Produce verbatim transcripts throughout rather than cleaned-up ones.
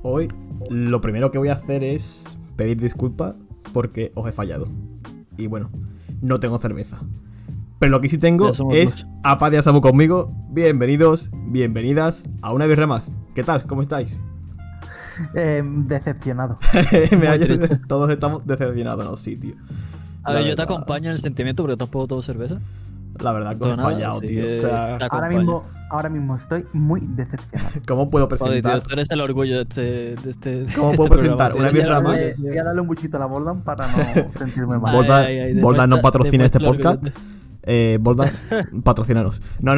hoy lo primero que voy a hacer es pedir disculpas porque os he fallado. Y bueno, no tengo cerveza. Pero lo que sí tengo es muchos. A Paz y a Samu conmigo. Bienvenidos, bienvenidas a una birra más. ¿Qué tal? ¿Cómo estáis? Eh, decepcionado. Todos estamos decepcionados, no, sí, tío. A ver, yo te acompaño en el sentimiento porque tampoco tomo cerveza. La verdad que os he fallado, tío. O sea, ahora mismo, ahora mismo estoy muy decepcionado. ¿Cómo puedo presentar? Joder, tío, tú eres el orgullo de este. De este ¿Cómo de puedo este presentar programa, una birra más? Voy a darle un buchito a la Boldan para no sentirme mal. Boldan, Boldan no patrocina este podcast. Eh, Boldan, patrocinanos. No, no,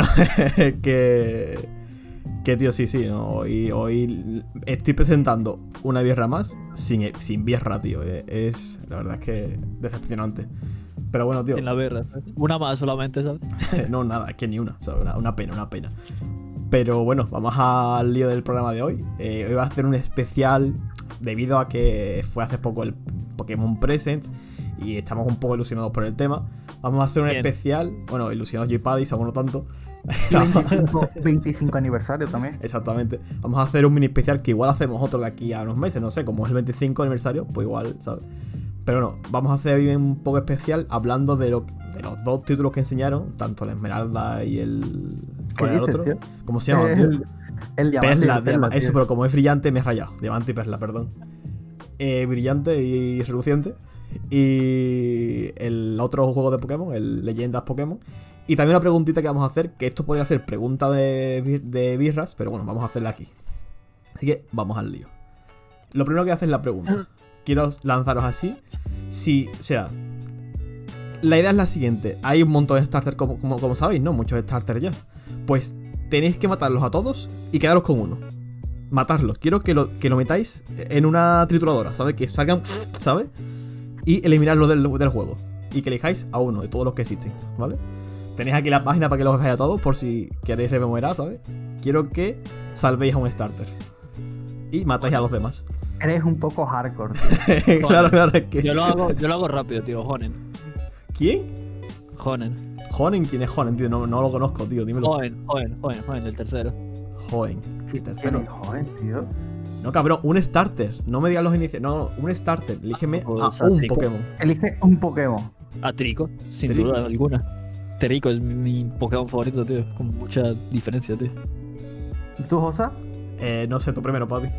que. Que tío, sí, sí, no, hoy, hoy estoy presentando una birra más sin, sin birra, tío. Es, la verdad es que decepcionante. Pero bueno, tío. Sin la birra, ¿sabes? Una más solamente, ¿sabes? No, nada, es que ni una, ¿sabes? Una, una pena, una pena. Pero bueno, vamos al lío del programa de hoy. Eh, hoy va a hacer un especial debido a que fue hace poco el Pokémon Present y estamos un poco ilusionados por el tema. Vamos a hacer un Bien. especial, bueno, ilusionados yo y Paddy, Samu no tanto. veinticinco, veinticinco aniversario también. Exactamente. Vamos a hacer un mini especial que igual hacemos otro de aquí a unos meses, no sé, como es el veinticinco aniversario, pues igual, ¿sabes? Pero bueno, vamos a hacer hoy un poco especial hablando de, lo, de los dos títulos que enseñaron, tanto la Esmeralda y el... ¿Cuál era el otro? Tío? ¿Cómo se llama? El, el diamante. Perla, el perla diamante, eso, pero como es brillante me he rayado. Diamante y perla, perdón. Eh, brillante y reluciente. Y el otro juego de Pokémon, el Leyendas Pokémon. Y también una preguntita que vamos a hacer, que esto podría ser pregunta de, de birras, pero bueno, vamos a hacerla aquí. Así que vamos al lío. Lo primero que voy a hacer es la pregunta. Quiero lanzaros así. Si, o sea, la idea es la siguiente. Hay un montón de starters, como, como, como sabéis, ¿no? Muchos starters ya. Pues tenéis que matarlos a todos y quedaros con uno. Matarlos. Quiero que lo, que lo metáis en una trituradora, ¿sabes? Que salgan, ¿sabes? Y eliminarlo del, del juego. Y que elijáis a uno de todos los que existen, ¿vale? Tenéis aquí la página para que los veáis a todos por si queréis rememorar, ¿sabes? Quiero que salvéis a un starter. Y matáis a los demás. Eres un poco hardcore, tío. Claro, claro, es que... Yo lo hago, yo lo hago rápido, tío. Honen. ¿Quién? Honen. ¿Honen? ¿Quién es Honen, tío? No, no lo conozco, tío. Dímelo. Hoen, Hoen, Hoen, Hoen, el tercero. Hoen. El tercero. ¿Quién es Hoen, tío? No, cabrón, un starter. No me digas los inicios. No, un starter. Elígeme pues, a un Trico. Pokémon. Elige un Pokémon. A Trico, sin Trico. duda alguna. Trico es mi, mi Pokémon favorito, tío. Con mucha diferencia, tío. ¿Tú, Josa? Eh, no sé, tú primero, Paddy.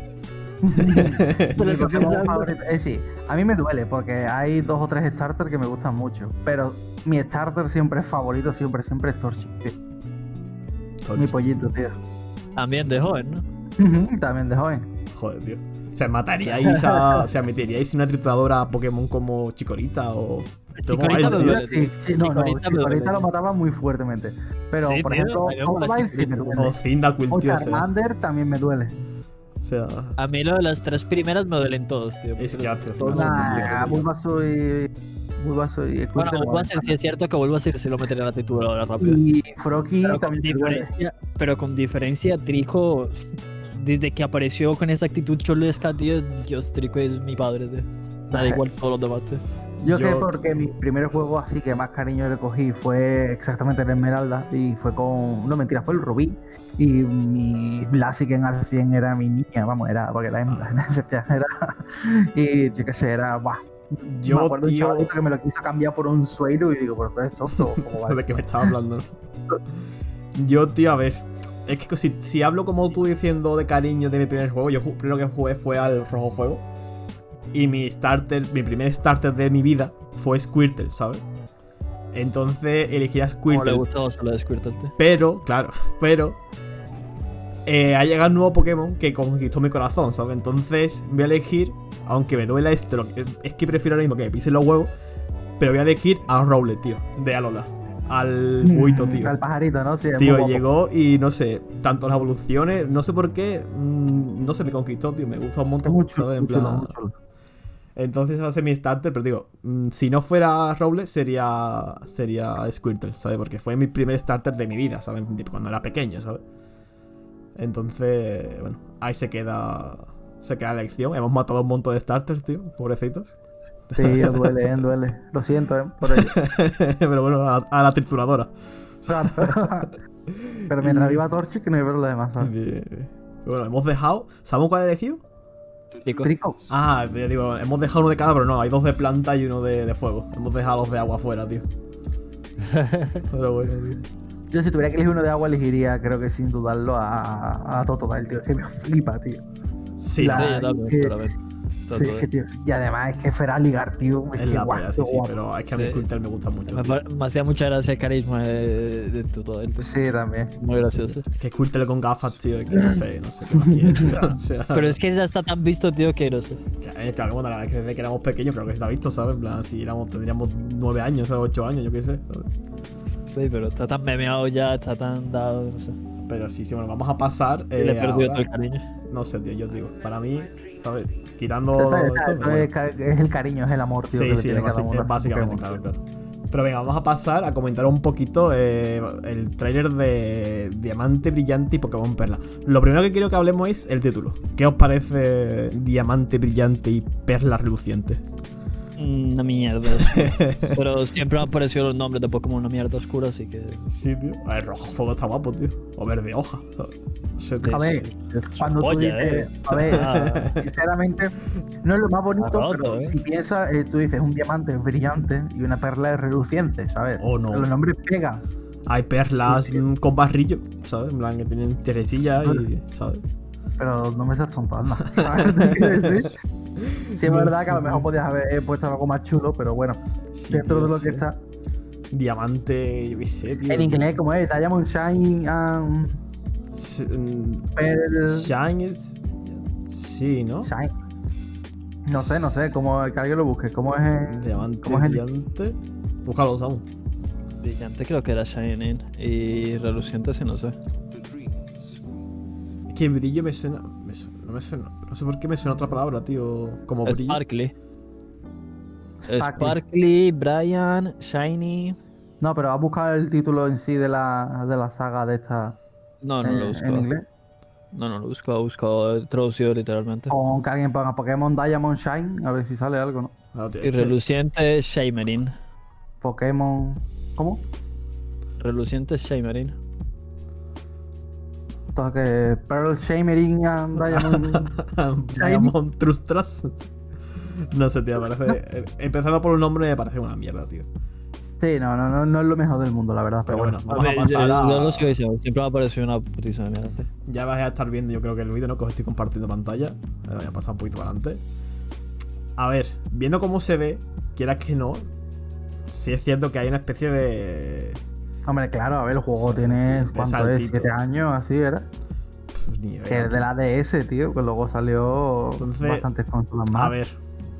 Mi Pokémon favorito. Eh, sí, a mí me duele porque hay dos o tres starters que me gustan mucho. Pero mi starter siempre es favorito, siempre, siempre es Torchic, tío. Torchic. Mi pollito, tío. También de joven, ¿no? También de joven. Joder, tío. O sea, mataríais a. O sea, meteríais una trituradora a Pokémon como Chikorita o. Chikorita me duele, sí, sí, no, no, Chikorita, Chikorita lo mataba muy fuertemente. Pero, sí, por tío, ejemplo, Mobile sí me duele. O Cyndaquil, o tío. Charmander también me duele. O sea. A mí lo de las tres primeras me duelen todos, tío. Es que antes. Nah, Bulbasaur y. Bulbasaur y. Bueno, Bulbasaur sí es cierto que Bulbasaur sí lo metería en la trituradora rápido. Y Froakie pero con diferencia, pero con diferencia, Trico. Desde que apareció con esa actitud cholesca, tío, Dios, Trico es mi padre, tío. Da igual todos los demás, tío. Yo, Yo que porque mi primer juego así que más cariño le cogí fue exactamente el Esmeralda y fue con... No, mentira, fue el Rubí. Y mi Blaziken al cien era mi niña, vamos, era... Porque la hembra era... Y yo qué sé, era... Buah. Yo, me acuerdo tío... un chavalito que me lo quiso cambiar por un suelo y digo, pero tú eres tonto. ¿De qué me estaba hablando? Yo, tío, a ver... Es que si, si hablo como tú diciendo de cariño de mi primer juego, yo primero que jugué fue al Rojo Fuego. Y mi starter, mi primer starter de mi vida fue Squirtle, ¿sabes? Entonces elegiría Squirtle. No le gustaba solo de Squirtle, tío. Pero, claro, pero... Eh, ha llegado un nuevo Pokémon que conquistó mi corazón, ¿sabes? Entonces voy a elegir, aunque me duela esto, es que prefiero ahora mismo que me pisen los huevos, pero voy a elegir a Rowlet, tío, de Alola. Al buito, tío. Al pajarito, ¿no? Sí, tío, llegó y no sé, tanto las evoluciones, no sé por qué, mmm, no se me conquistó, tío, me gusta un montón, mucho, ¿sabes? En mucho, plan... mucho. Entonces va a ser mi starter, pero digo, mmm, si no fuera Rowlet sería sería Squirtle, ¿sabes? Porque fue mi primer starter de mi vida, ¿sabes? Cuando era pequeño, ¿sabes? Entonces, bueno, ahí se queda se queda la elección. Hemos matado un montón de starters, tío, pobrecitos. Sí, duele, eh, duele. Lo siento, eh, por ello. Pero bueno, a, a la trituradora. Claro. Pero mientras viva Torchic, no hay problema, ¿sabes? Bien. Bueno, hemos dejado. ¿Sabemos cuál he elegido? Trico. Trico. Ah, te digo, hemos dejado uno de cada, pero no, hay dos de planta y uno de, de fuego. Hemos dejado los de agua afuera, tío. Pero bueno, tío. Yo si tuviera que elegir uno de agua, elegiría, creo que sin dudarlo, a, a Totodile, tío. Es que me flipa, tío. Sí, La- Sí, yo también, que- yo también. Sí, es que, tío. Y además es que Feraligar, tío. Es, es que la guau, polla, qué sí, sí, guapo. pero es que a mí Sí. Squirtle me gusta mucho. Me, tío. fa- me hacía mucha gracia el carisma de, de tu todo. Sí, también. Muy gracioso. Es que Squirtle con gafas, tío, es que no sé, no sé qué más quieres, tío. O sea, Pero es que ya está tan visto, tío, que no sé. Eh, Claro, bueno, la verdad es que desde que éramos pequeños creo que se ha visto, ¿sabes? En plan, si éramos, tendríamos nueve años o ocho años, yo qué sé. ¿sabes? Sí, pero está tan memeado ya, está tan dado, no sé. Pero sí, sí, bueno, vamos a pasar. Y le he eh, perdido ahora- todo el cariño. No sé, tío, yo os digo, para mí, ¿sabes? Quitando Esto- esto, esto pero bueno. es, ca- es el cariño, es el amor, tío. que Sí, le sí, tiene es, cada basi- uno es a sus básicamente, Pokémon. claro, claro. Pero venga, vamos a pasar a comentar un poquito eh, el tráiler de Diamante Brillante y Pokémon Perla. Lo primero que quiero que hablemos es el título. ¿Qué os parece Diamante Brillante y Perla Reluciente? Una mierda. Pero siempre me han parecido los nombres de Pokémon una mierda oscura, así que. Sí, tío. A ver, rojo fuego está guapo, tío. O verde hoja. No sé, tío. A ver, cuando tú Oye, dices, eh. a ver, Ah. sinceramente, no es lo más bonito, Está roto, pero eh. si piensas, eh, tú dices un diamante es brillante y una perla es reluciente, ¿sabes? Oh, no. Los nombres pegan, Hay perlas Sí, sí. mm, con barrillo, ¿sabes? En plan, que tienen teresillas y, ¿sabes? pero no me estás tontando, ¿sabes? ¿Qué quiero decir? Sí, es No verdad sé, que a lo mejor tío. podías haber puesto algo más chulo, pero bueno, Sí, dentro tío, de lo sí. que está. Diamante, yo qué sé, tío. En inglés, como es, Diamond Shine and S- mm, Pearl Shine es. Sí, ¿no? Shine. No sé, no sé, como que alguien lo busque, ¿cómo es? el- Diamante ¿Cómo es el- brillante. Búscalo, Samu. Brillante creo que era Shining. Y reluciente, sí, no sé. Es que brillo me suena, me su- No me suena. No sé por qué me suena otra palabra, tío. Como brillo. Sparkly. Sparkly. Sparkly, Brian, Shiny. No, pero has buscado el título en sí de la, de la saga de esta No, no en, lo busco. en inglés. No, no lo busco, lo busco traducido literalmente. O que alguien ponga Pokémon Diamond Shine, a ver si sale algo, ¿no? Claro, tío, Y es que- reluciente, Shimmering. Pokémon. ¿Cómo? Reluciente, Shimmering. Entonces que Pearl Shimmering and Diamond. Diamond Trust Trust. No sé, tío, me parece. eh, Empezando por el nombre me parece una mierda, tío. Sí, no, no, no, no es lo mejor del mundo, la verdad. Pero Pero, bueno, bueno. vamos a ver, pasar yo, a. yo lo sigo diciendo, siempre me ha parecido una putísima mierda. tío. Ya vais a estar viendo, yo creo que el vídeo, ¿no? Que os estoy compartiendo pantalla. Ahora voy a pasar un poquito para adelante. A ver, viendo cómo se ve, quieras que no, sí es cierto que hay una especie de. Hombre, claro, a ver, el juego tiene. de ¿Cuánto es? saltito. ¿Siete años? Así era. Pues, ni idea, Que es de la D S, tío, que luego salió Entonces, bastantes consolas más. A ver.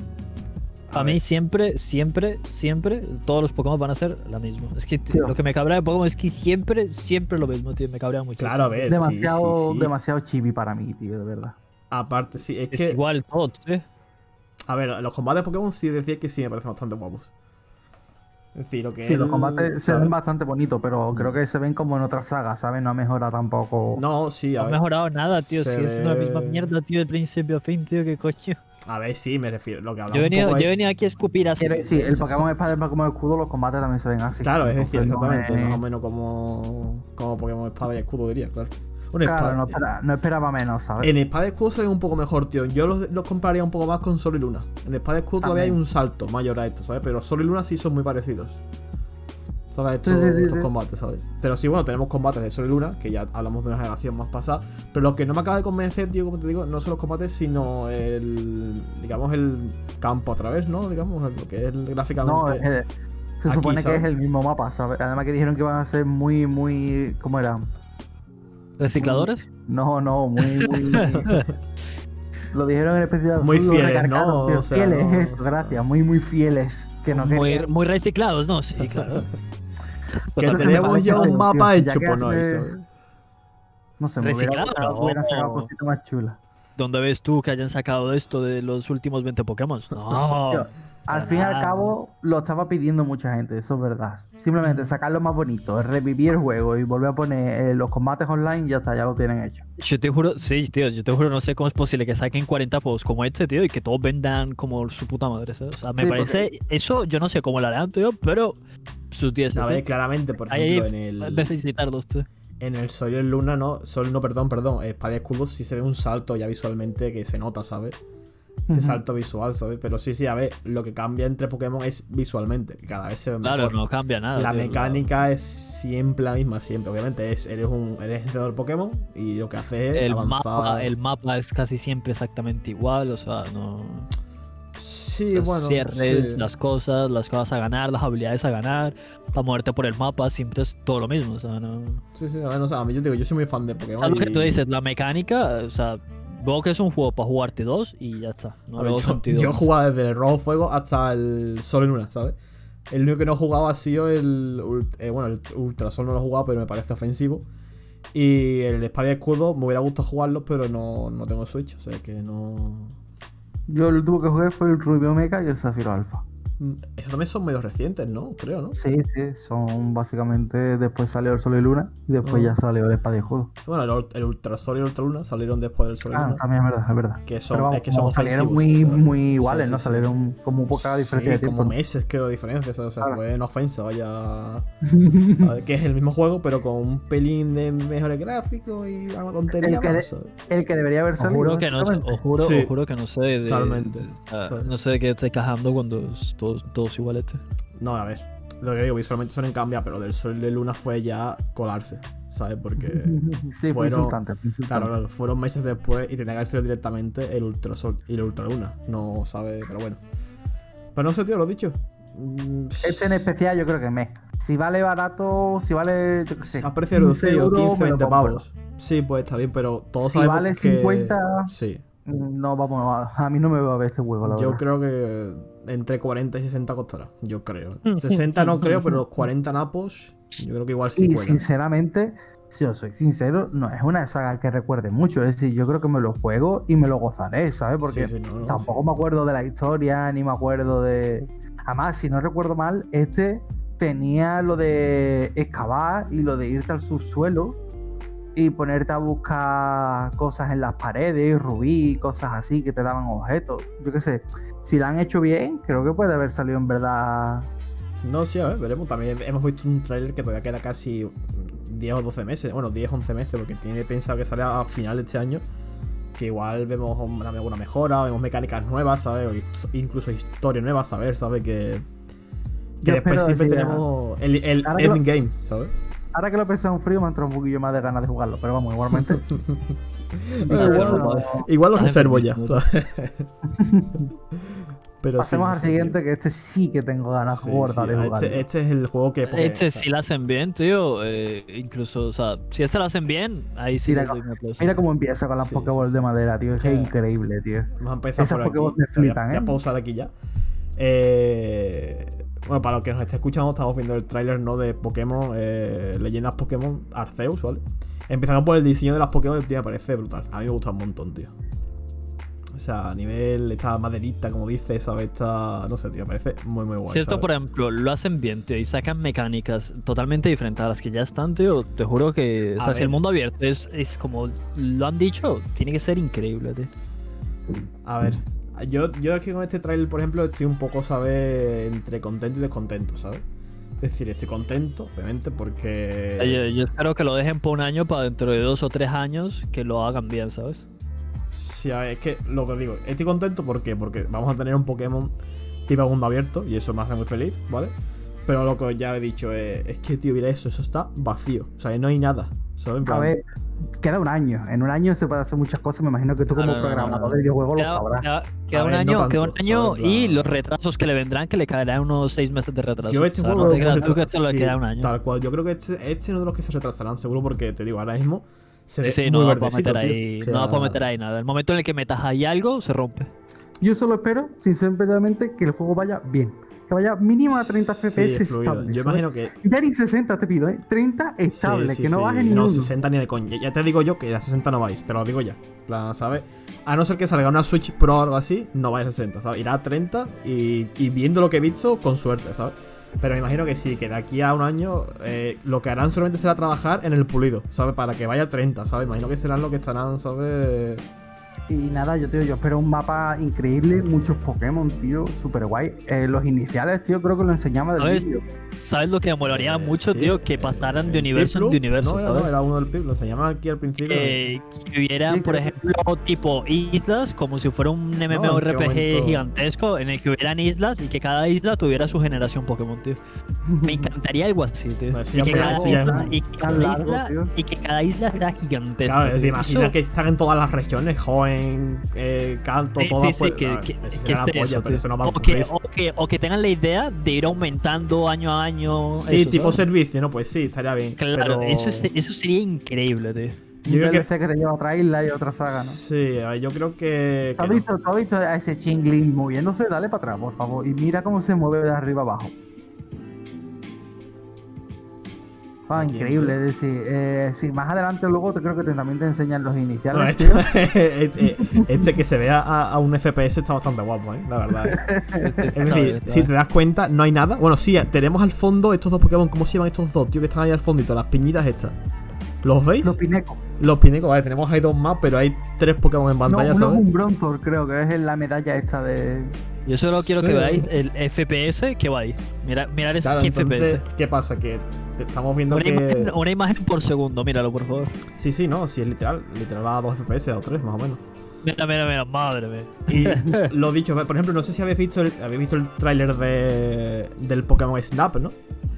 A mí siempre, siempre, siempre, todos los Pokémon van a ser la misma. Es que t- Tío. lo que me cabrea de Pokémon es que siempre, siempre lo mismo, tío. Me cabrea mucho. Claro, a ver. demasiado, sí, sí, sí. demasiado chibi para mí, tío, de verdad. Aparte, sí, es Es que. igual todo, ¿eh? A ver, los combates de Pokémon sí decía que sí me parecen bastante guapos. Es decir, lo que Sí, es los el- combates se ¿sabes? ven bastante bonitos, pero creo que se ven como en otras sagas, ¿sabes? No ha mejorado tampoco. No, sí, a No ha ver. mejorado nada, tío. se Sigue siendo la ve- misma mierda, tío, de principio a fin, tío. ¿Qué coño? A ver, sí, me refiero. Lo que hablamos Yo he un venido, poco yo he es- venido aquí a escupir así. Quiero decir, el Pokémon Espada y el Pokémon Escudo, los combates también se ven así. Claro, es decir, Entonces, no exactamente, es- más o menos como, como Pokémon Espada y Escudo, diría, claro. Bueno, Claro, espada- no, espera- no esperaba menos, ¿sabes? En Espada y Escudo se ven un poco mejor, tío. Yo los, los compararía un poco más con Sol y Luna. En Espada y Escudo todavía hay También. un salto mayor a esto, ¿sabes? Pero Sol y Luna sí son muy parecidos. ¿Sabes? Estos, Sí, sí, sí, estos sí. combates, ¿sabes? Pero sí, bueno, tenemos combates de Sol y Luna, que ya hablamos de una generación más pasada. Pero lo que no me acaba de convencer, tío, como te digo, no son los combates, sino el. Digamos, el campo a través, ¿no? Digamos, lo que es el- gráficamente. No, es que se Aquí, supone que ¿sabes? es el mismo mapa, ¿sabes? Además que dijeron que iban a ser muy, muy. ¿Cómo era? ¿Recicladores? No, no, muy, muy. Lo dijeron en especial. Muy lo fieles, recargaron, ¿no? tío. O sea, fieles, no- eso, gracias. Muy, muy fieles. Que no muy, querían- muy reciclados, ¿no? Sí, claro. Que Totalmente. tenemos parece ya un algo, mapa tío, ya hecho, que pues no hay, hace- ¿sabes? No sé, me hubiera Reciclado, gustado que no. hubieran sacado cositas más chulas. ¿Dónde ves tú que hayan sacado esto de los últimos veinte Pokémon? No. Tío, al para fin y al nada. cabo, lo estaba pidiendo mucha gente, eso es verdad. Simplemente sacarlo más bonito, revivir el juego y volver a poner eh, los combates online, ya está, ya lo tienen hecho. Yo te juro, sí, tío, yo te juro, no sé cómo es posible que saquen cuarenta juegos como este, tío, y que todos vendan como su puta madre, ¿sabes? O sea, me Sí, parece, eso yo no sé cómo lo harán, tío, pero sus diez, A ver, ¿sabes? claramente, por Ahí ejemplo, en el. necesitarlos, tío. En el Sol y el Luna, no. Sol, no, perdón, perdón. Espada y Escudo sí se ve un salto ya visualmente que se nota, ¿sabes? ese salto visual, ¿sabes? Pero sí, sí, a ver, lo que cambia entre Pokémon es visualmente, que cada vez se ve mejor. Claro, no cambia nada. La tío, mecánica la- es siempre la misma, siempre. Obviamente, es, eres un eres entrenador Pokémon y lo que haces es El avanzar. mapa, el mapa es casi siempre exactamente igual, o sea, no. Sí, Los bueno. cierres, sí. las cosas, las cosas a ganar, las habilidades a ganar, para moverte por el mapa, siempre es todo lo mismo, o sea, no. Sí, sí, a ver, no sé, a mí yo digo, yo soy muy fan de Pokémon. O sea, lo que y- tú dices, la mecánica, o sea, veo que es un juego para jugarte dos y ya está. No a ver, lo yo, sentido. yo he más. jugado desde el Rojo Fuego hasta el Sol y Luna, ¿sabes? El único que no he jugado ha sido el. ult- eh, bueno, el Ultrasol no lo he jugado, pero me parece ofensivo. Y el Espada y Escudo me hubiera gustado jugarlo, pero no, no tengo Switch, o sea que no. Yo el último que jugué fue el Rubio Mecha y el Zafiro Alpha. Mm, Esos también son medio recientes, ¿no? Creo, ¿no? Sí, sí, son básicamente. Después salió el Sol y Luna y después Ah. ya salió el Espada y Escudo. Bueno, el, ult- el Ultrasol y el Ultraluna salieron después del Sol y Ah, Luna. también es verdad, es verdad. Que son, Pero vamos, es que son como salieron ofensivos. muy, o sea, muy iguales, sí, ¿no? sí, sí. Salieron como poca diferencia de Sí, tiempo. como ¿no? meses creo de diferencia, o sea, Claro. fue una ofensa, vaya. A ver, que es el mismo juego, pero con un pelín de mejores gráficos y una tontería El que de- más, ¿sabes? El que debería haber Os salido. juro que no, básicamente. os juro, Sí. os juro que no sé de, Totalmente. de- o sea, Sí. no sé de qué estoy cajando cuando es todos, todos iguales. tío. No, a ver, lo que digo, visualmente suelen cambiar, pero del Sol y de Luna fue ya colarse, ¿sabes? Porque, Sí, fue fueron- insultante. fue insultante. claro, claro, fueron meses después y tenía que haber sido directamente el Ultrasol y el Ultraluna, no sabe, pero bueno. Pero no sé, tío, lo he dicho. Mm, Este en especial yo creo que me. Si vale barato, si vale, yo qué sé. A precio quince reducido, euros, quince, me lo veinte compro. pavos. Sí, puede estar bien, pero todos Si sabemos vale que... cincuenta, Sí, No, vamos, a, a mí no me va a ver este juego, la yo verdad. creo que entre cuarenta y sesenta costará, yo creo. sesenta no creo, pero los cuarenta napos, yo creo que igual sí Y cuelan. sinceramente, si os soy sincero, no es una saga que recuerde mucho. Es decir, yo creo que me lo juego y me lo gozaré, ¿sabes? Porque Sí, sí, no, no, tampoco me acuerdo de la historia, ni me acuerdo de. Además, si no recuerdo mal, este tenía lo de excavar y lo de irte al subsuelo y ponerte a buscar cosas en las paredes, rubí, cosas así que te daban objetos. Yo qué sé, si la han hecho bien, creo que puede haber salido en verdad. No, sí, a ver, veremos. También hemos visto un tráiler que todavía queda casi diez o doce meses. Bueno, diez, once meses, porque tiene pensado que sale a final de este año. Que igual vemos una- alguna mejora, vemos mecánicas nuevas, ¿sabes? O hist- incluso historia nueva, ¿sabes? ¿Sabes? Que, que Yo después espero siempre decir, tenemos el, el ahora que lo- endgame, ¿sabes? Ahora que lo he pensado en frío, me ha entrado un poquillo más de ganas de jugarlo, pero vamos, igualmente. Pero Dicho igual- eso, Igual los Estás reservo ya, enfermísimo. ¿sabes? Pero pasemos sí, al sí, siguiente, que este sí que tengo ganas sí, gordas sí, de jugarlo. este, este es el juego que. porque- Este sí lo hacen bien, tío. eh, incluso, o sea, si este lo hacen bien, ahí sí Mira les co- doy mi aplauso. Mira cómo empieza con las Sí, Pokéballs sí, de madera, tío. Es que es Sí. increíble, tío. Vamos a empezar Esas por Pokéballs aquí. me flipan, voy a, ¿eh? voy a pausar aquí ya. Eh, bueno, para los que nos esté escuchando, estamos viendo el tráiler, ¿no? De Pokémon, eh, Leyendas Pokémon Arceus, ¿vale? Empezando por el diseño de las Pokémon, tío, me parece brutal. A mí me gusta un montón, tío. O sea, a nivel, esta maderita, como dice, ¿sabes? Esta, no sé, tío, me parece muy, muy guay. Si esto, ¿sabes? por ejemplo, lo hacen bien, tío, y sacan mecánicas totalmente diferentes a las que ya están, tío, te juro que, o A sea, si ver. el mundo abierto es, es como lo han dicho, tiene que ser increíble, tío. A ver, yo, yo aquí con este trailer, por ejemplo, estoy un poco, ¿sabes? Entre contento y descontento, ¿sabes? Es decir, estoy contento, obviamente, porque... Yo, yo espero que lo dejen por un año para dentro de dos o tres años que lo hagan bien, ¿sabes? Sí, a ver, es que lo que digo, estoy contento ¿por qué? Porque vamos a tener un Pokémon tipo mundo abierto y eso me hace muy feliz, ¿vale? Pero lo que ya he dicho es, es que, tío, mira eso, eso está vacío. O sea, no hay nada, ¿sabes? En A plan, ver, queda un año. En un año se puede hacer muchas cosas. Me imagino que tú, No, como no, no, programador no, no. de videojuegos, lo Queda, sabrás. queda- queda A un ver, no año, tanto, queda un año ¿sabes? En plan- y los retrasos que le vendrán, que le caerán unos seis meses de retraso. Yo este O sea, juego no te lo creas coge- tú que esto le sí, queda un año. Tal cual, yo creo que este, este es uno de los que se retrasarán, seguro, porque te digo, ahora mismo se ve Sí, sí, muy no va a verdecito, meter tío. ahí, O sea, no va a meter ahí nada. El momento en el que metas ahí algo, se rompe. Yo solo espero, sinceramente, que el juego vaya bien. Que vaya mínimo a treinta sí, F P S fluido. estable. Yo ¿sabes? imagino que Ya ni sesenta te pido, ¿eh? treinta estable, Sí, sí, que no sí. baje ni No, uno. sesenta ni de coña. Ya te digo yo que a sesenta no va a ir, te lo digo ya. En plan, ¿sabes? A no ser que salga una Switch Pro o algo así, no va a ir a sesenta, ¿sabes? Irá a treinta y, y viendo lo que he visto, con suerte, ¿sabes? Pero me imagino que sí, que de aquí a un año eh, lo que harán solamente será trabajar en el pulido, ¿sabes? Para que vaya a treinta, ¿sabes? Imagino que serán lo que estarán, ¿sabes? Y nada, yo tío, yo espero un mapa increíble, muchos Pokémon, tío, súper guay. Eh, los iniciales, tío, creo que lo enseñaba del ¿Sabes? vídeo. ¿Sabes lo que me molaría Eh, mucho, sí, tío? Que eh, pasaran de el universo en Pip de universo, No, era, ¿sabes? no, era uno del Pip, lo enseñaban aquí al principio. Eh, que hubieran, Sí, por creo que ejemplo, tipo islas, como si fuera un No, ¿en qué MMORPG momento? gigantesco en el que hubieran islas y que cada isla tuviera su generación Pokémon, tío. Me encantaría algo así, tío. Pues sí, Y que hombre, cada eso ya es isla, un- y que tan cada largo, isla, tío. y que cada isla era gigantesca. Claro, te tío. imaginas Eso- que están en todas las regiones, joven, eh, canto, Sí, todas. sí, sí, pues, que, ah, que, eso que sería la esté polla, eso, pero tío. eso no va a o, que, ocurrir. o, que, o que tengan la idea de ir aumentando año a año. Sí, eso, tipo ¿sabes? servicio, ¿no? Pues sí, estaría bien. Claro, pero... eso, se- eso sería increíble, tío. Yo Un creo que- D L C que te lleva a otra isla y otra saga, ¿no? Sí, a ver, yo creo que. ¿Tú que has no. visto, tú has visto a ese Chingling moviéndose? Dale para atrás, por favor. Y mira cómo se mueve de arriba abajo. Ah, ¿A quién, increíble, tío? es decir, eh, sí, más adelante luego te creo que te- también te enseñan los No, iniciales, este, tío. este, este que se vea a, a un F P S está bastante guapo, ¿eh? La verdad. ¿eh? Es decir, si te das cuenta, no hay nada. Bueno, sí, tenemos al fondo estos dos Pokémon. ¿Cómo se llaman estos dos, tío? Que están ahí al fondito, las piñitas estas. ¿Los veis? Los Pinecos. Los pinecos, vale, tenemos ahí dos más, pero hay tres Pokémon en No, pantalla, uno es ¿sabes? un Bronzor, creo que es la medalla esta de. Yo solo quiero Sí. que veáis el F P S que va ahí. Mira, mirad ese Claro, qué F P S. entonces, ¿qué pasa? Que te- estamos viendo Una, que. imagen, una imagen por segundo, míralo, por favor. Sí, sí, no, sí, es literal. Literal a dos F P S o tres, más o menos. Mira, mira, mira, madre mía. Y lo dicho, por ejemplo, no sé si habéis visto el, habéis visto el tráiler de, del Pokémon Snap, ¿no?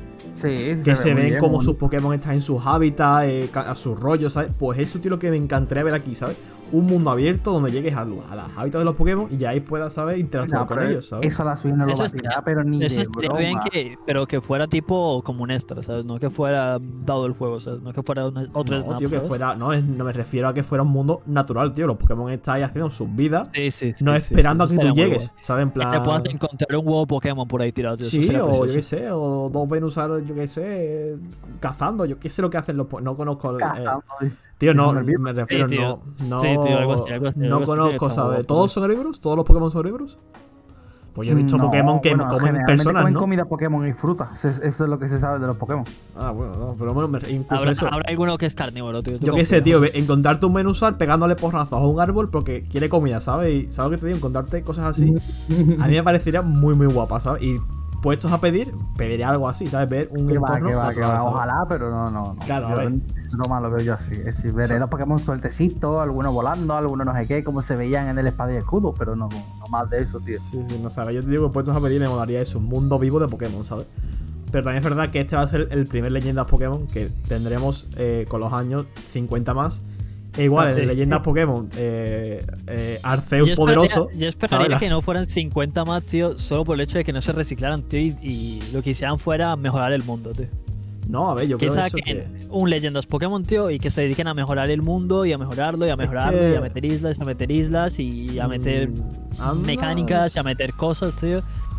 Sí, Que se ve muy ven bien, como muy sus Pokémon están en sus hábitats, eh, ca- a sus rollos, ¿sabes? Pues eso, tío, lo que me encantaría ver aquí, ¿sabes? Un mundo abierto donde llegues a, a las hábitats de los Pokémon y ya ahí puedas, ¿sabes? Interactuar No, con pero ellos, ¿sabes? eso la Switch no lo Eso va a estaría- tirar, pero ni Eso de estaría bien broma. que, pero que fuera tipo como un extra, ¿sabes? No que fuera dado el juego, ¿sabes? No que fuera un, otro No, snap, tío, que ¿sabes? fuera. No, es- no me refiero a que fuera un mundo natural, tío. Los Pokémon están ahí haciendo sus vidas, Sí, sí, sí, no sí, esperando sí, a que eso tú estaría muy llegues, ¿sabes? En guay. Que plan. te puedas encontrar un huevo Pokémon por ahí tirado, tío. Eso Sí, sería o yo precioso. qué sé, o dos Venusaur, yo qué sé, cazando, yo qué sé lo que hacen los. po- No conozco. el- eh, Cazando, tío, no, son herbívoros. me refiero, Sí, tío. no. No, Sí, tío, algo así, algo así, no algo así, conozco, está ¿sabes? guapo, ¿Todos son herbívoros? ¿Todos los Pokémon son herbívoros? Pues yo he visto No, Pokémon que bueno, comen generalmente personas, comen ¿no? comida Pokémon y frutas. Eso eso es lo que se sabe de los Pokémon. Ah, bueno, no, pero bueno, me- incluso Habrá, eso. habrá alguno que es carnívoro, tío. tú Yo qué sé, confía. tío, ve- encontrarte un Venusaur pegándole porrazos a un árbol porque quiere comida, ¿sabes? Y ¿sabes lo que te digo? Encontrarte cosas así, a mí me parecería muy, muy guapa, ¿sabes? Y puestos a pedir, pediría algo así, ¿sabes? Ver un Que va, entorno que va, que natural, va. ¿sabes? Ojalá, pero no, no. no. Claro, a Yo ver. no más lo veo yo así. Es decir, veré So- los Pokémon sueltecitos, algunos volando, algunos no sé qué, como se veían en el espada y escudo, pero no, no más de eso, tío. Sí, sí, no sabes. Yo te digo que puestos a pedir me molaría eso, un mundo vivo de Pokémon, ¿sabes? Pero también es verdad que este va a ser el primer Leyendas Pokémon que tendremos eh, con los años cincuenta más. E igual, Ah, en sí. Leyendas Pokémon, eh, eh, Arceus Yo esperaría- poderoso. Yo esperaría ¿sabes? que no fueran cincuenta más, tío, solo por el hecho de que no se reciclaran, tío, y, y lo que hicieran fuera mejorar el mundo, tío. No, a ver, yo Que creo eso saquen que. un Leyendas Pokémon, tío, y que se dediquen a mejorar el mundo y a mejorarlo y a mejorarlo que- y a meter islas, y a meter islas y a meter Mm, ambas- mecánicas y a meter cosas, tío.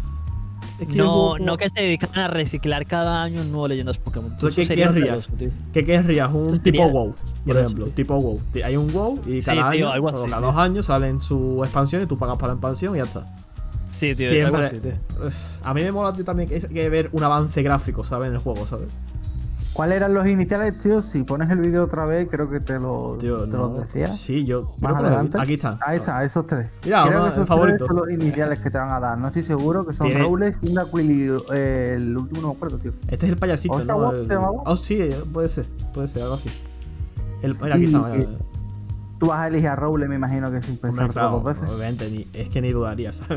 Es que yo No, juego- no que se dedican a reciclar cada año un nuevo Leyendas Pokémon. tío. Entonces, Eso ¿qué sería querrías? horroroso, tío. ¿Qué querrías? Un Eso tipo sería WoW, por asqueroso, ejemplo. tío. Tipo WoW. Hay un WoW y Sí, cada tío, año, algo o así, cada tío. dos años salen su expansión y tú pagas para la expansión y ya está. Sí, tío, Siempre. algo así, tío. Uf, a mí me mola, tío, también que, que ver un avance gráfico, ¿sabes? En el juego, ¿sabes? ¿Cuáles eran los iniciales, tío? Si pones el vídeo otra vez, creo que te lo, Tío, te no. los decía. Sí, yo creo Más que lo he adelante. visto. Aquí están. Ahí está, esos tres. Mira, creo uno, que el esos favorito. tres son los iniciales que te van a dar. No estoy seguro que son Tiene- Rowlet, Cyndaquil y eh, el último no me acuerdo, tío. Este es el payasito, ¿Otra ¿no? voz El- te llamaba? Oh, sí, puede ser. Puede ser, algo así. El, mira, aquí Y- está. mira. y- Tú vas a elegir a Rowlet, me imagino que sin Hombre, pensar claro, dos veces. obviamente, ni, es que ni dudaría, ¿sabes?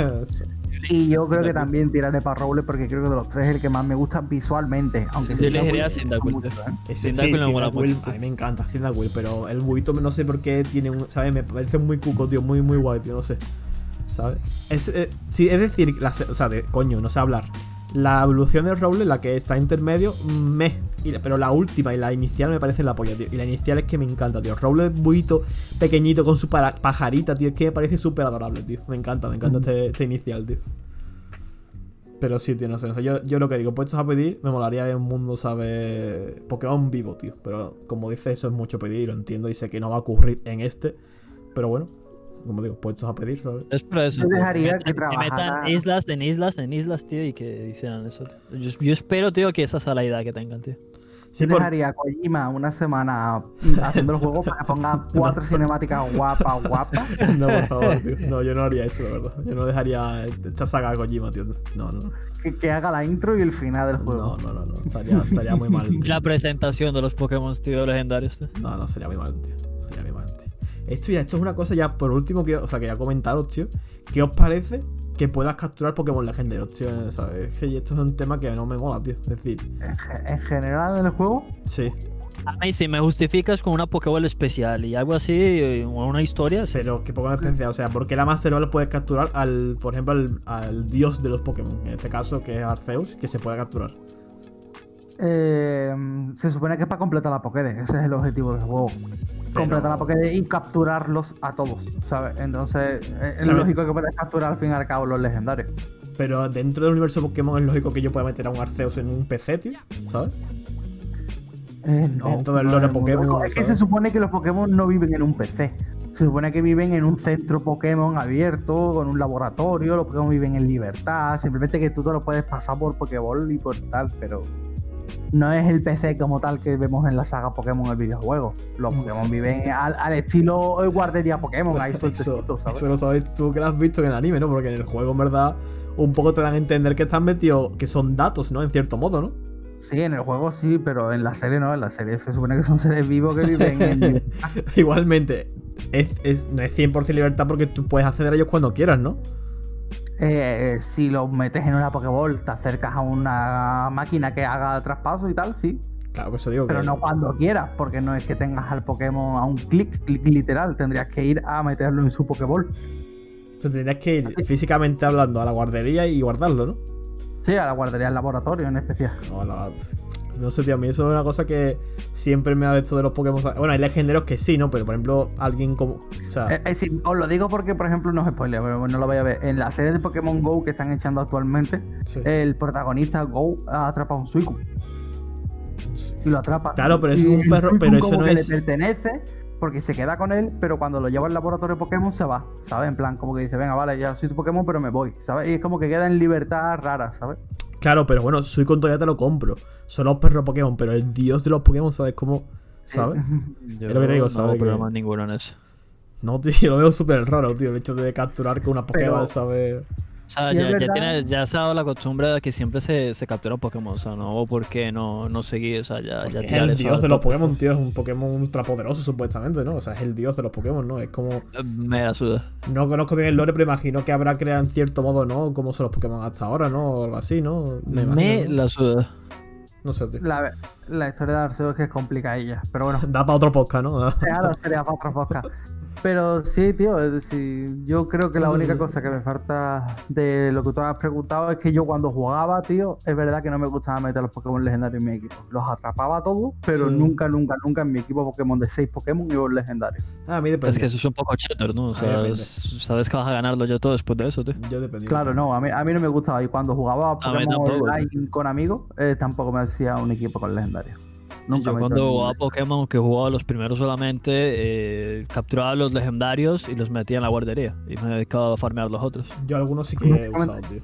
Y yo creo que también tiraré para Rowlet porque creo que de los tres es el que más me gusta visualmente. Aunque Yo sí, elegiría a Cyndaquil Cyndaquil, mucho, tío. ¿eh? Ese, Cyndaquil sí, me mola Cyndaquil, mucho. a mí me encanta Cyndaquil, pero el buito no sé por qué tiene un, ¿sabes? Me parece muy cuco, tío, muy, muy guay, tío, no sé, ¿sabes? Es, eh, sí, es decir, la se- o sea, de, coño, no sé hablar. La evolución de Rowlet, la que está intermedio, me. Pero la última y la inicial me parecen la polla, tío. Y la inicial es que me encanta, tío. Rowlet buito, pequeñito, con su para- pajarita, tío. Es que me parece súper adorable, tío. Me encanta, me encanta este, este inicial, tío. Pero sí, tío, no sé, no sé. Yo, yo lo que digo, puestos a pedir, me molaría ver un mundo, ¿sabes? Pokémon vivo, tío. Pero como dice, eso es mucho pedir y lo entiendo y sé que no va a ocurrir en este. Pero bueno, como digo, puestos a pedir, ¿sabes? Es por eso. Yo tío. dejaría metan- que trabajara- metan islas en islas en islas, tío, y que hicieran eso. Tío. Yo, yo espero, tío, que esa sea la idea que tengan, tío. Sí, Yo por- dejaría a Kojima una semana haciendo el juego para que ponga cuatro cinemáticas guapas, guapas. No, por favor, tío. No, yo no haría eso, la verdad. Yo no dejaría esta saga de Kojima, tío. No, no. Que, que haga la intro y el final del juego. No, no, no, no. Estaría, estaría muy mal, tío. La presentación de los Pokémon, tío, legendarios, tío. No, no, sería muy mal, tío. Sería muy mal, tío. Esto ya, esto es una cosa ya, por último, que, o sea, que ya comentaros, tío. ¿Qué os parece que puedas capturar Pokémon legendarios, tío? ¿Sabes? Es que esto es un tema que no me mola, tío. Es decir, En, ge- en general en el juego, sí. A mí si me justificas con una Pokéball especial y algo así, eh, o una historia, sí. Pero que Pokémon especial, o sea, ¿por qué la Master Ball puedes capturar al, por ejemplo, al, al dios de los Pokémon? En este caso, que es Arceus, que se puede capturar. eh, se supone que es para completar la Pokédex. Ese es el objetivo del juego. Completar la Pokédex y capturarlos a todos, ¿sabes? Entonces, eh, es ¿Sabes? lógico que puedas capturar al fin y al cabo los legendarios. Pero dentro del universo Pokémon es lógico que yo pueda meter a un Arceus en un P C, tío, ¿sabes? Eh, no, Dentro del no lore es muy Pokémon, lógico. Es que ¿sabes? se supone que los Pokémon no viven en un P C. Se supone que viven en un centro Pokémon abierto, con un laboratorio. Los Pokémon viven en libertad. Simplemente que tú te lo puedes pasar por Pokéball y por tal, pero no es el P C como tal que vemos en la saga Pokémon el videojuego. Los Pokémon viven al, al estilo eh, guardería Pokémon, ahí Eso, sueltecitos, ¿sabes? eso lo sabes tú que lo has visto en el anime, ¿no? Porque en el juego, en verdad, un poco te dan a entender que están metidos, que son datos, ¿no? En cierto modo, ¿no? Sí, en el juego sí, pero en la serie no. En la serie se supone que son seres vivos que viven en libertad. Igualmente, es, es- no es cien por ciento libertad porque tú puedes acceder a ellos cuando quieras, ¿no? Eh, si los metes en una Pokéball, te acercas a una máquina que haga traspaso y tal, sí. Claro, por eso digo Pero que... no cuando quieras, porque no es que tengas al Pokémon a un clic, clic literal. Tendrías que ir a meterlo en su Pokéball. O sea, tendrías que ir físicamente hablando a la guardería y guardarlo, ¿no? Sí, a la guardería del laboratorio en especial. No, la- no sé, tío, a mí eso es una cosa que siempre me ha de esto de los Pokémon. Bueno, hay legendarios que sí, ¿no? Pero por ejemplo, alguien como. O sea, Eh, eh, sí, os lo digo porque, por ejemplo, no es spoiler, pero no lo vaya a ver. En la serie de Pokémon Go que están echando actualmente, sí. el protagonista Go atrapa a un Suicune. Y lo atrapa. Claro, pero Y eso es un el perro- Suicune pero eso como no que es- le pertenece porque se queda con él, pero cuando lo lleva al laboratorio de Pokémon se va, ¿sabes? En plan, como que dice, venga, vale, ya soy tu Pokémon, pero me voy, ¿sabes? Y es como que queda en libertad rara, ¿sabes? Claro, pero bueno, soy con todavía te lo compro. Son los perros Pokémon, pero el dios de los Pokémon, ¿sabes cómo? ¿Sabes? Yo Es lo que te digo, no ¿sabes? hago problema Que- ninguno en eso. No, tío, yo lo veo súper raro, tío, el hecho de capturar con una Pokéball, Pero- ¿sabes? O sea, Sí, ya, es ya, verdad. tiene, ya se ha dado la costumbre de que siempre se, se captura Pokémon, o sea, no por qué no, no seguir, o sea, ya, Porque ya es tirar el eso dios al de los tope. Pokémon, tío, es un Pokémon ultrapoderoso, supuestamente, ¿no? O sea, es el dios de los Pokémon, ¿no? Es como. Eh, Me la suda. No conozco bien el lore, pero imagino que habrá creado en cierto modo, ¿no? Como son los Pokémon hasta ahora, ¿no? O algo así, ¿no? Me Me, imagino, ¿no? la suda. No sé, tío. La, la historia de Arceus es que es complicadilla, pero bueno, Da para otro podcast, ¿no? claro, sería para otra podcast. Pero sí, tío, es decir, yo creo que la única cosa que me falta de lo que tú has preguntado es que yo cuando jugaba, tío, es verdad que no me gustaba meter los Pokémon legendarios en mi equipo. Los atrapaba todos, pero Sí. nunca, nunca, nunca en mi equipo Pokémon de seis Pokémon iba un legendario. Ah, a mí depende. Es que eso es un poco cheater, ¿no? O Ahí sea, depende. es- sabes que vas a ganarlo yo todo después de eso, tío. Yo dependí. Claro, no, a mí, a mí no me gustaba. Y cuando jugaba A mí Pokémon tampoco, online con amigos, eh, tampoco me hacía un equipo con legendarios. Nunca Yo me cuando hizo jugaba ningún- Pokémon, que jugaba los primeros solamente, eh, capturaba los legendarios y los metía en la guardería. Y me dedicaba a farmear los otros. Yo algunos sí que he usado, tío.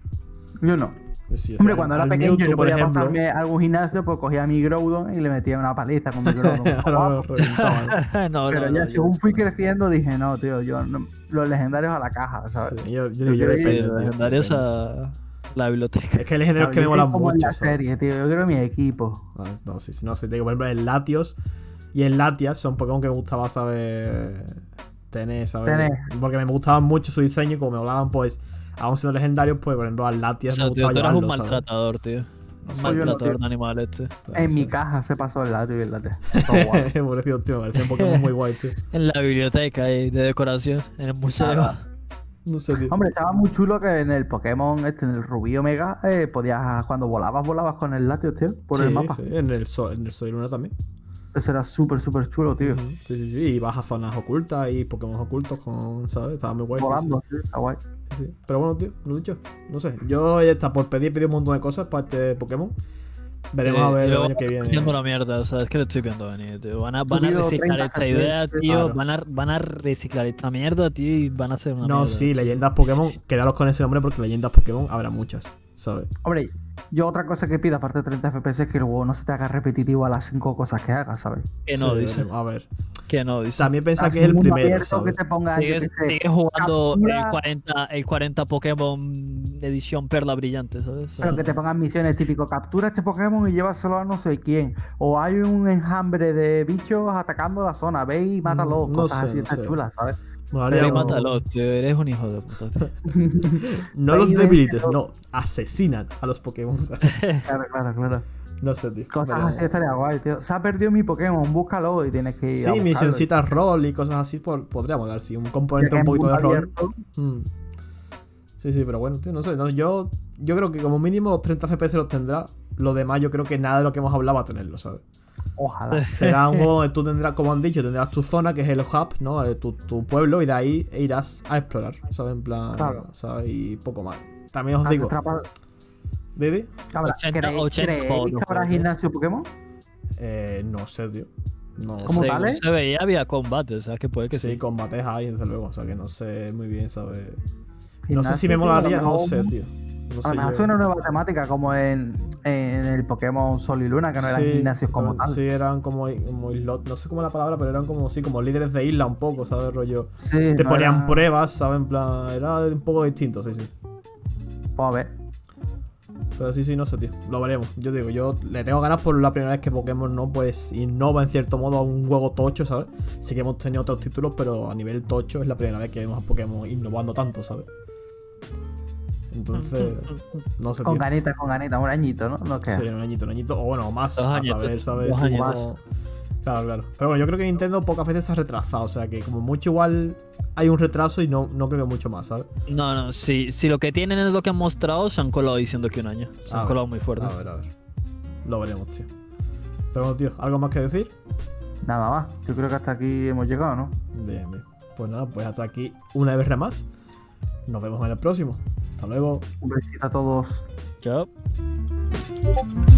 Yo no. Yo sí, o Hombre, sea, cuando era al pequeño Mewtwo, yo por podía ejemplo. pasarme a algún gimnasio, pues cogía a mi Groudon y le metía una paliza con mi Groudon. Ahora lo reventaba, no, Pero no, ya no, según yo- fui creciendo dije, no, tío, yo no- los legendarios a la caja, ¿sabes? Sí, yo, yo digo, yo Sí, Sí, depende, los tío, legendarios depende. a la biblioteca. Es que hay legendarios que me Yo molan como en mucho, la ¿sabes? serie, tío, yo quiero mi equipo. Ah, no, sí, sí, no sé, te digo, por ejemplo, el Latios y el Latias son Pokémon que me gustaba saber tener, ¿sabes? Tener. Porque me gustaban mucho su diseño y como me hablaban, pues, aún siendo legendarios, pues, por ejemplo, al O Latias sea, me tío, gustaba tú eras un llevarlo, ¿sabes? maltratador, tío. No Un sé, yo no, maltratador tío. de animales, tío. En mi sé. caja se pasó el Latios y el Late. Todo guapo. Pobrecito, tío, me parecía un Pokémon muy guay, tío. En la biblioteca ahí de decoración, en el museo. Ah, No sé, tío. Hombre, estaba muy chulo que en el Pokémon, este, en el Rubí Omega, eh, podías, cuando volabas, volabas con el Latios, tío, por sí, el mapa. sí, en el Sol, en el Sol y Luna también. Eso era súper, súper chulo, tío. Ujú, Sí, sí, sí. Y vas a zonas ocultas y Pokémon ocultos con, ¿sabes? Estaba muy guay. sí, Volando, tío, está guay. sí, sí. Pero bueno, tío, lo dicho. No sé. Yo ya está, por pedir, pedí un montón de cosas para este Pokémon. Veremos Eh, a ver y el luego año que viene. haciendo la mierda, o sea, es que lo estoy viendo venir, tío. Van a, van a Subido reciclar treinta esta idea, carteles, tío. claro. Van a, van a reciclar esta mierda, tío, y van a hacer una No, mierda. sí, tío. leyendas Pokémon. Quedaros con ese nombre porque leyendas Pokémon habrá muchas. ¿sabes? Hombre, yo otra cosa que pido, aparte de treinta F P S, es que el juego no se te haga repetitivo a las cinco cosas que hagas, ¿sabes? Que no, Sí, dice. veremos, a ver. Que no, dice. También piensa Así que es el mundo primero, abierto ¿sabes? que te ponga, yo Sigues, qué sé, sigues jugando el captura, cuarenta, el cuarenta Pokémon edición Perla Brillante, ¿sabes? pero que te pongan misiones típico, captura este Pokémon y llévaselo a no sé quién. O hay un enjambre de bichos atacando la zona, ve y mátalo, No cosas sé, así, no está sé. chula, ¿sabes? Molaría Pero Pero- un- mátalo, tío, eres un hijo de puta. tío. No Ve los y debilites, véndelo. no, asesinan a los Pokémon. ¿sabes? Claro, claro, claro. No sé, tío. Cosas Pero- así estaría guay, tío. Se ha perdido mi Pokémon, búscalo y tienes que ir a Sí, buscarlo. misioncitas rol y cosas así por- podría molar, sí. Un Ya componente que un en poquito de mundo rol. abierto, Mm. Sí, sí, pero bueno, tío, no sé. no, yo, yo creo que como mínimo los treinta F P S los tendrá. Lo demás, yo creo que nada de lo que hemos hablado va a tenerlo, ¿sabes? ojalá. Será un juego donde tú tendrás, como han dicho, tendrás tu zona, que es el hub, ¿no? Eh, Tu, tu pueblo, y de ahí irás a explorar, ¿sabes? En plan, Claro. ¿sabes? Y poco más. También os Ah, digo, te atrapa- Didi, Habrá- ochenta, ¿creéis- ochenta ¿Creéis por que otro habrá juego. gimnasio Pokémon? eh, no sé, tío. No ¿Cómo sé. tal, Según eh? se veía, había combate, o sea, que puede que Sí, sí. combates hay, desde luego. O sea, que no sé muy bien, ¿sabes? No sé Gimnasio, si me tío, molaría, a lo no mejor- sé, tío. No A sé lo mejor yo. hace una nueva temática como en, en el Pokémon Sol y Luna, que no eran Sí, gimnasios como tal. Sí, eran como, como islot, no sé cómo es la palabra, pero eran como, sí, como líderes de isla un poco, ¿sabes? Rollo. Sí, Te no ponían eran- pruebas, ¿sabes? En plan, era un poco distinto, sí, sí. Vamos a ver. Pero sí, sí, no sé, tío. Lo veremos. Yo digo, yo le tengo ganas por la primera vez que Pokémon no, pues, innova en cierto modo a un juego tocho, ¿sabes? Sí que hemos tenido otros títulos, pero a nivel tocho es la primera vez que vemos a Pokémon innovando tanto, ¿sabes? Entonces, no sé, Con tío. ganitas, con ganitas, un añito, ¿no? No queda. Sí, un añito, un añito, o bueno, más, Dos a añitos, saber, ¿sabes? dos Sí, añitos. como- Claro, claro. Pero bueno, yo creo que Nintendo pocas veces se ha retrasado, o sea que como mucho igual hay un retraso y no, no creo que mucho más, ¿sabes? No, no, si, si lo que tienen es lo que han mostrado, se han colado diciendo que un año. Se A han ver, colado muy fuerte. A ver, a ver. Lo veremos, tío. Pero bueno, tío, ¿algo más que decir? Nada más. Yo creo que hasta aquí hemos llegado, ¿no? Bien, bien. Pues nada, pues hasta aquí una vez más. Nos vemos en el próximo. Hasta luego. Un besito a todos. Chao.